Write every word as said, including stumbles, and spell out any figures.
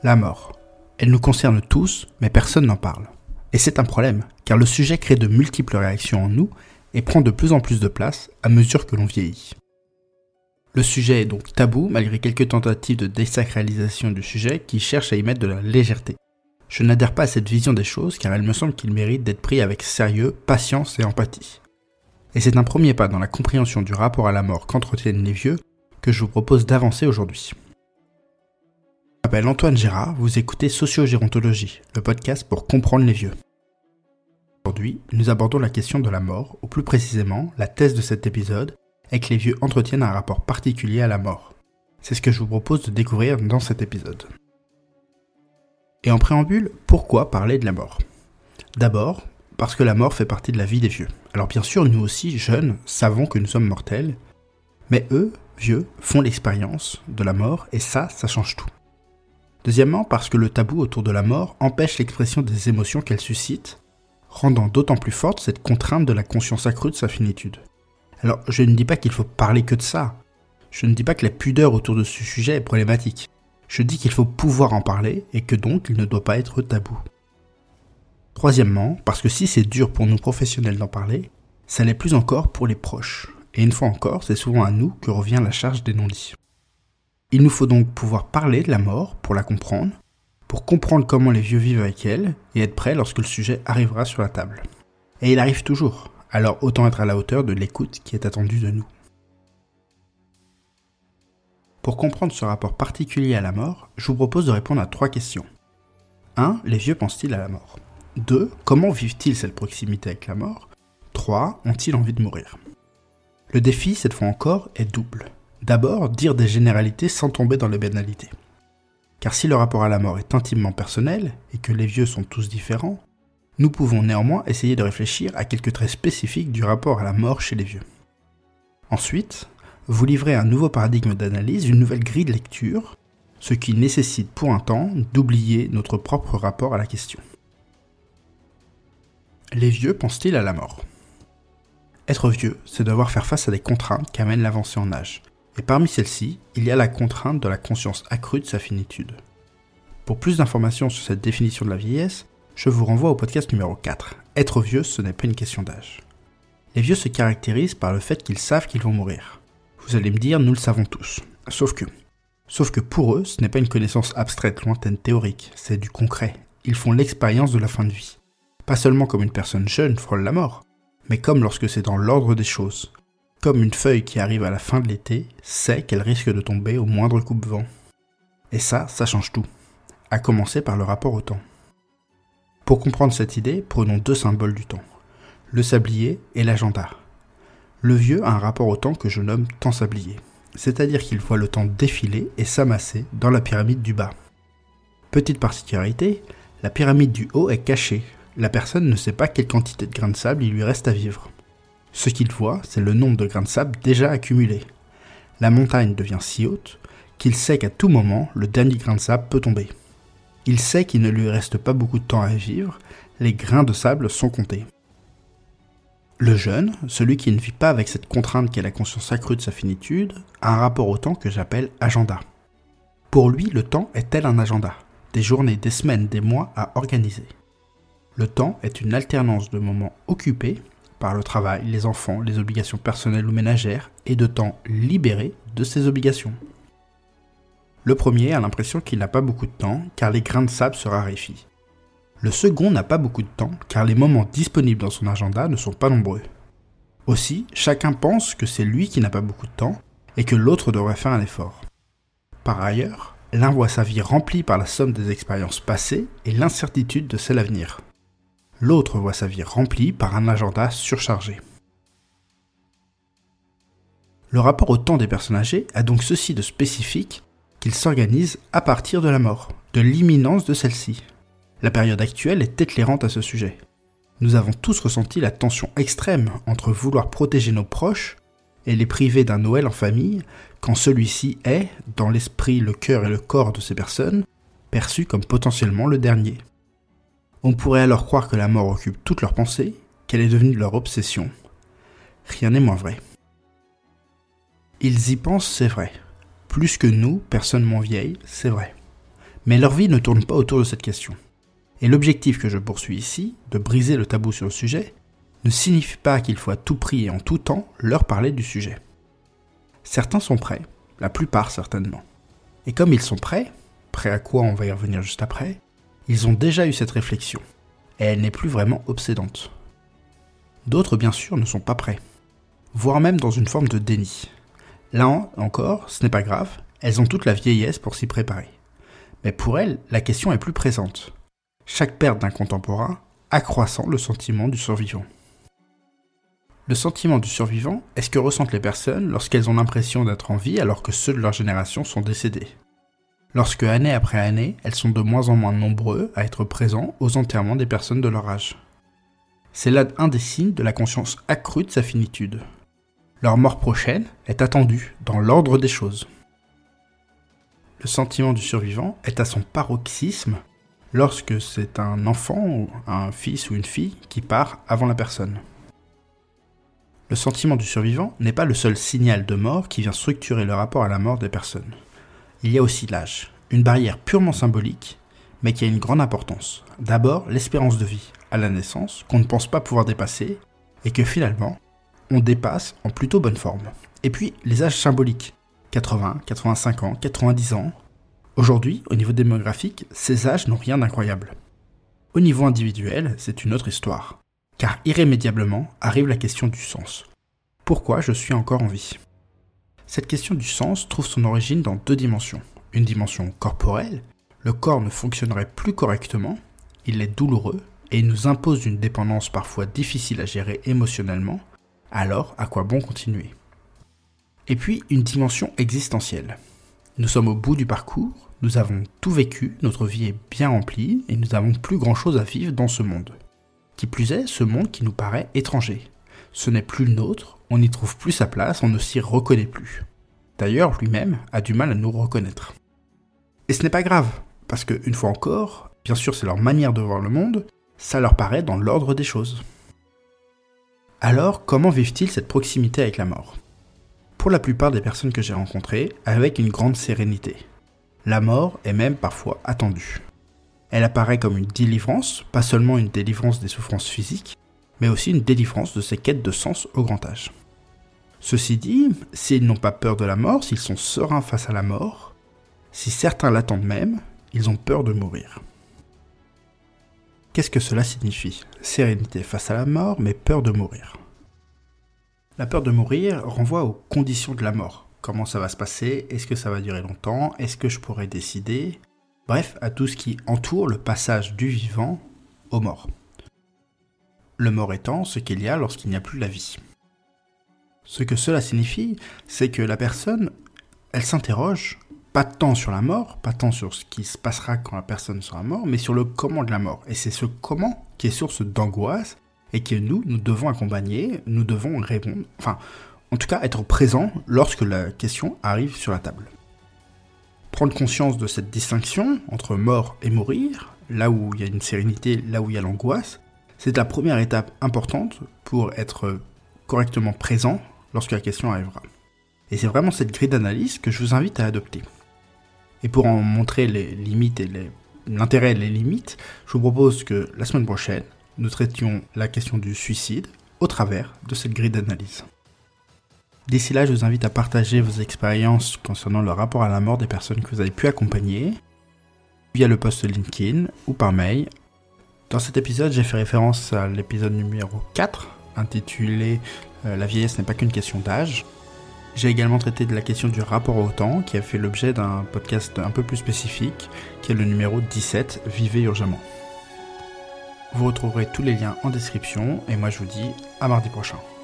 La mort. Elle nous concerne tous, mais personne n'en parle. Et c'est un problème, car le sujet crée de multiples réactions en nous et prend de plus en plus de place à mesure que l'on vieillit. Le sujet est donc tabou malgré quelques tentatives de désacralisation du sujet qui cherchent à y mettre de la légèreté. Je n'adhère pas à cette vision des choses car il me semble qu'il mérite d'être pris avec sérieux, patience et empathie. Et c'est un premier pas dans la compréhension du rapport à la mort qu'entretiennent les vieux que je vous propose d'avancer aujourd'hui. Je m'appelle Antoine Gérard, vous écoutez Sociogérontologie, le podcast pour comprendre les vieux. Aujourd'hui, nous abordons la question de la mort, ou plus précisément, la thèse de cet épisode est que les vieux entretiennent un rapport particulier à la mort. C'est ce que je vous propose de découvrir dans cet épisode. Et en préambule, pourquoi parler de la mort ? D'abord, parce que la mort fait partie de la vie des vieux. Alors bien sûr, nous aussi, jeunes, savons que nous sommes mortels, mais eux, vieux, font l'expérience de la mort et ça, ça change tout. Deuxièmement, parce que le tabou autour de la mort empêche l'expression des émotions qu'elle suscite, rendant d'autant plus forte cette contrainte de la conscience accrue de sa finitude. Alors, je ne dis pas qu'il faut parler que de ça. Je ne dis pas que la pudeur autour de ce sujet est problématique. Je dis qu'il faut pouvoir en parler et que donc il ne doit pas être tabou. Troisièmement, parce que si c'est dur pour nous professionnels d'en parler, ça l'est plus encore pour les proches. Et une fois encore, c'est souvent à nous que revient la charge des non-dits. Il nous faut donc pouvoir parler de la mort pour la comprendre, pour comprendre comment les vieux vivent avec elle et être prêt lorsque le sujet arrivera sur la table. Et il arrive toujours, alors autant être à la hauteur de l'écoute qui est attendue de nous. Pour comprendre ce rapport particulier à la mort, je vous propose de répondre à trois questions. un. Les vieux pensent-ils à la mort ? deux. Comment vivent-ils cette proximité avec la mort ? trois. Ont-ils envie de mourir ? Le défi, cette fois encore, est double. D'abord, dire des généralités sans tomber dans les banalités. Car si le rapport à la mort est intimement personnel, et que les vieux sont tous différents, nous pouvons néanmoins essayer de réfléchir à quelques traits spécifiques du rapport à la mort chez les vieux. Ensuite, vous livrez un nouveau paradigme d'analyse, une nouvelle grille de lecture, ce qui nécessite pour un temps d'oublier notre propre rapport à la question. Les vieux pensent-ils à la mort ? Être vieux, c'est devoir faire face à des contraintes qu'amène l'avancée en âge. Et parmi celles-ci, il y a la contrainte de la conscience accrue de sa finitude. Pour plus d'informations sur cette définition de la vieillesse, je vous renvoie au podcast numéro quatre. Être vieux, ce n'est pas une question d'âge. Les vieux se caractérisent par le fait qu'ils savent qu'ils vont mourir. Vous allez me dire, nous le savons tous. Sauf que, sauf que pour eux, ce n'est pas une connaissance abstraite, lointaine, théorique, c'est du concret. Ils font l'expérience de la fin de vie. Pas seulement comme une personne jeune frôle la mort, mais comme lorsque c'est dans l'ordre des choses. Comme une feuille qui arrive à la fin de l'été sait qu'elle risque de tomber au moindre coupe-vent. Et ça, ça change tout. À commencer par le rapport au temps. Pour comprendre cette idée, prenons deux symboles du temps. Le sablier et l'agenda. Le vieux a un rapport au temps que je nomme temps sablier. C'est-à-dire qu'il voit le temps défiler et s'amasser dans la pyramide du bas. Petite particularité, la pyramide du haut est cachée. La personne ne sait pas quelle quantité de grains de sable il lui reste à vivre. Ce qu'il voit, c'est le nombre de grains de sable déjà accumulés. La montagne devient si haute qu'il sait qu'à tout moment, le dernier grain de sable peut tomber. Il sait qu'il ne lui reste pas beaucoup de temps à vivre, les grains de sable sont comptés. Le jeune, celui qui ne vit pas avec cette contrainte qu'est la conscience accrue de sa finitude, a un rapport au temps que j'appelle agenda. Pour lui, le temps est tel un agenda, des journées, des semaines, des mois à organiser. Le temps est une alternance de moments occupés par le travail, les enfants, les obligations personnelles ou ménagères, et de temps libéré de ces obligations. Le premier a l'impression qu'il n'a pas beaucoup de temps, car les grains de sable se raréfient. Le second n'a pas beaucoup de temps, car les moments disponibles dans son agenda ne sont pas nombreux. Aussi, chacun pense que c'est lui qui n'a pas beaucoup de temps, et que l'autre devrait faire un effort. Par ailleurs, l'un voit sa vie remplie par la somme des expériences passées et l'incertitude de celle à venir. L'autre voit sa vie remplie par un agenda surchargé. Le rapport au temps des personnes âgées a donc ceci de spécifique qu'il s'organise à partir de la mort, de l'imminence de celle-ci. La période actuelle est éclairante à ce sujet. Nous avons tous ressenti la tension extrême entre vouloir protéger nos proches et les priver d'un Noël en famille quand celui-ci est, dans l'esprit, le cœur et le corps de ces personnes, perçu comme potentiellement le dernier. On pourrait alors croire que la mort occupe toutes leurs pensées, qu'elle est devenue leur obsession. Rien n'est moins vrai. Ils y pensent, c'est vrai. Plus que nous, personnes moins vieilles, c'est vrai. Mais leur vie ne tourne pas autour de cette question. Et l'objectif que je poursuis ici, de briser le tabou sur le sujet, ne signifie pas qu'il faut à tout prix et en tout temps leur parler du sujet. Certains sont prêts, la plupart certainement. Et comme ils sont prêts, prêts à quoi on va y revenir juste après, ils ont déjà eu cette réflexion, et elle n'est plus vraiment obsédante. D'autres bien sûr ne sont pas prêts, voire même dans une forme de déni. Là encore, ce n'est pas grave, elles ont toute la vieillesse pour s'y préparer. Mais pour elles, la question est plus présente. Chaque perte d'un contemporain accroissant le sentiment du survivant. Le sentiment du survivant est ce que ressentent les personnes lorsqu'elles ont l'impression d'être en vie alors que ceux de leur génération sont décédés. Lorsque, année après année, elles sont de moins en moins nombreux à être présents aux enterrements des personnes de leur âge. C'est là un des signes de la conscience accrue de sa finitude. Leur mort prochaine est attendue dans l'ordre des choses. Le sentiment du survivant est à son paroxysme lorsque c'est un enfant, ou un fils ou une fille qui part avant la personne. Le sentiment du survivant n'est pas le seul signal de mort qui vient structurer le rapport à la mort des personnes. Il y a aussi l'âge, une barrière purement symbolique, mais qui a une grande importance. D'abord, l'espérance de vie à la naissance, qu'on ne pense pas pouvoir dépasser, et que finalement, on dépasse en plutôt bonne forme. Et puis, les âges symboliques, quatre-vingts, quatre-vingt-cinq ans, quatre-vingt-dix ans. Aujourd'hui, au niveau démographique, ces âges n'ont rien d'incroyable. Au niveau individuel, c'est une autre histoire. Car irrémédiablement arrive la question du sens. Pourquoi je suis encore en vie ? Cette question du sens trouve son origine dans deux dimensions. Une dimension corporelle, le corps ne fonctionnerait plus correctement, il est douloureux et il nous impose une dépendance parfois difficile à gérer émotionnellement, alors à quoi bon continuer ? Et puis une dimension existentielle. Nous sommes au bout du parcours, nous avons tout vécu, notre vie est bien remplie et nous n'avons plus grand chose à vivre dans ce monde. Qui plus est, ce monde qui nous paraît étranger. Ce n'est plus le nôtre, on n'y trouve plus sa place, on ne s'y reconnaît plus. D'ailleurs, lui-même a du mal à nous reconnaître. Et ce n'est pas grave, parce que, une fois encore, bien sûr c'est leur manière de voir le monde, ça leur paraît dans l'ordre des choses. Alors, comment vivent-ils cette proximité avec la mort ? Pour la plupart des personnes que j'ai rencontrées, avec une grande sérénité. La mort est même parfois attendue. Elle apparaît comme une délivrance, pas seulement une délivrance des souffrances physiques, mais aussi une délivrance de ces quêtes de sens au grand âge. Ceci dit, s'ils n'ont pas peur de la mort, s'ils sont sereins face à la mort, si certains l'attendent même, ils ont peur de mourir. Qu'est-ce que cela signifie ? Sérénité face à la mort, mais peur de mourir. La peur de mourir renvoie aux conditions de la mort. Comment ça va se passer ? Est-ce que ça va durer longtemps ? Est-ce que je pourrais décider ? Bref, à tout ce qui entoure le passage du vivant au mort. Le mort étant ce qu'il y a lorsqu'il n'y a plus la vie. Ce que cela signifie, c'est que la personne, elle s'interroge, pas tant sur la mort, pas tant sur ce qui se passera quand la personne sera morte, mais sur le comment de la mort. Et c'est ce comment qui est source d'angoisse et que nous, nous devons accompagner, nous devons répondre, enfin, en tout cas être présents lorsque la question arrive sur la table. Prendre conscience de cette distinction entre mort et mourir, là où il y a une sérénité, là où il y a l'angoisse, c'est la première étape importante pour être correctement présent lorsque la question arrivera. Et c'est vraiment cette grille d'analyse que je vous invite à adopter. Et pour en montrer les limites et les... l'intérêt et les limites, je vous propose que la semaine prochaine, nous traitions la question du suicide au travers de cette grille d'analyse. D'ici là, je vous invite à partager vos expériences concernant le rapport à la mort des personnes que vous avez pu accompagner via le post LinkedIn ou par mail. Dans cet épisode, j'ai fait référence à l'épisode numéro quatre, intitulé euh, « La vieillesse n'est pas qu'une question d'âge ». J'ai également traité de la question du rapport au temps, qui a fait l'objet d'un podcast un peu plus spécifique, qui est le numéro dix-sept, « Vivez urgemment ». Vous retrouverez tous les liens en description, et moi je vous dis à mardi prochain.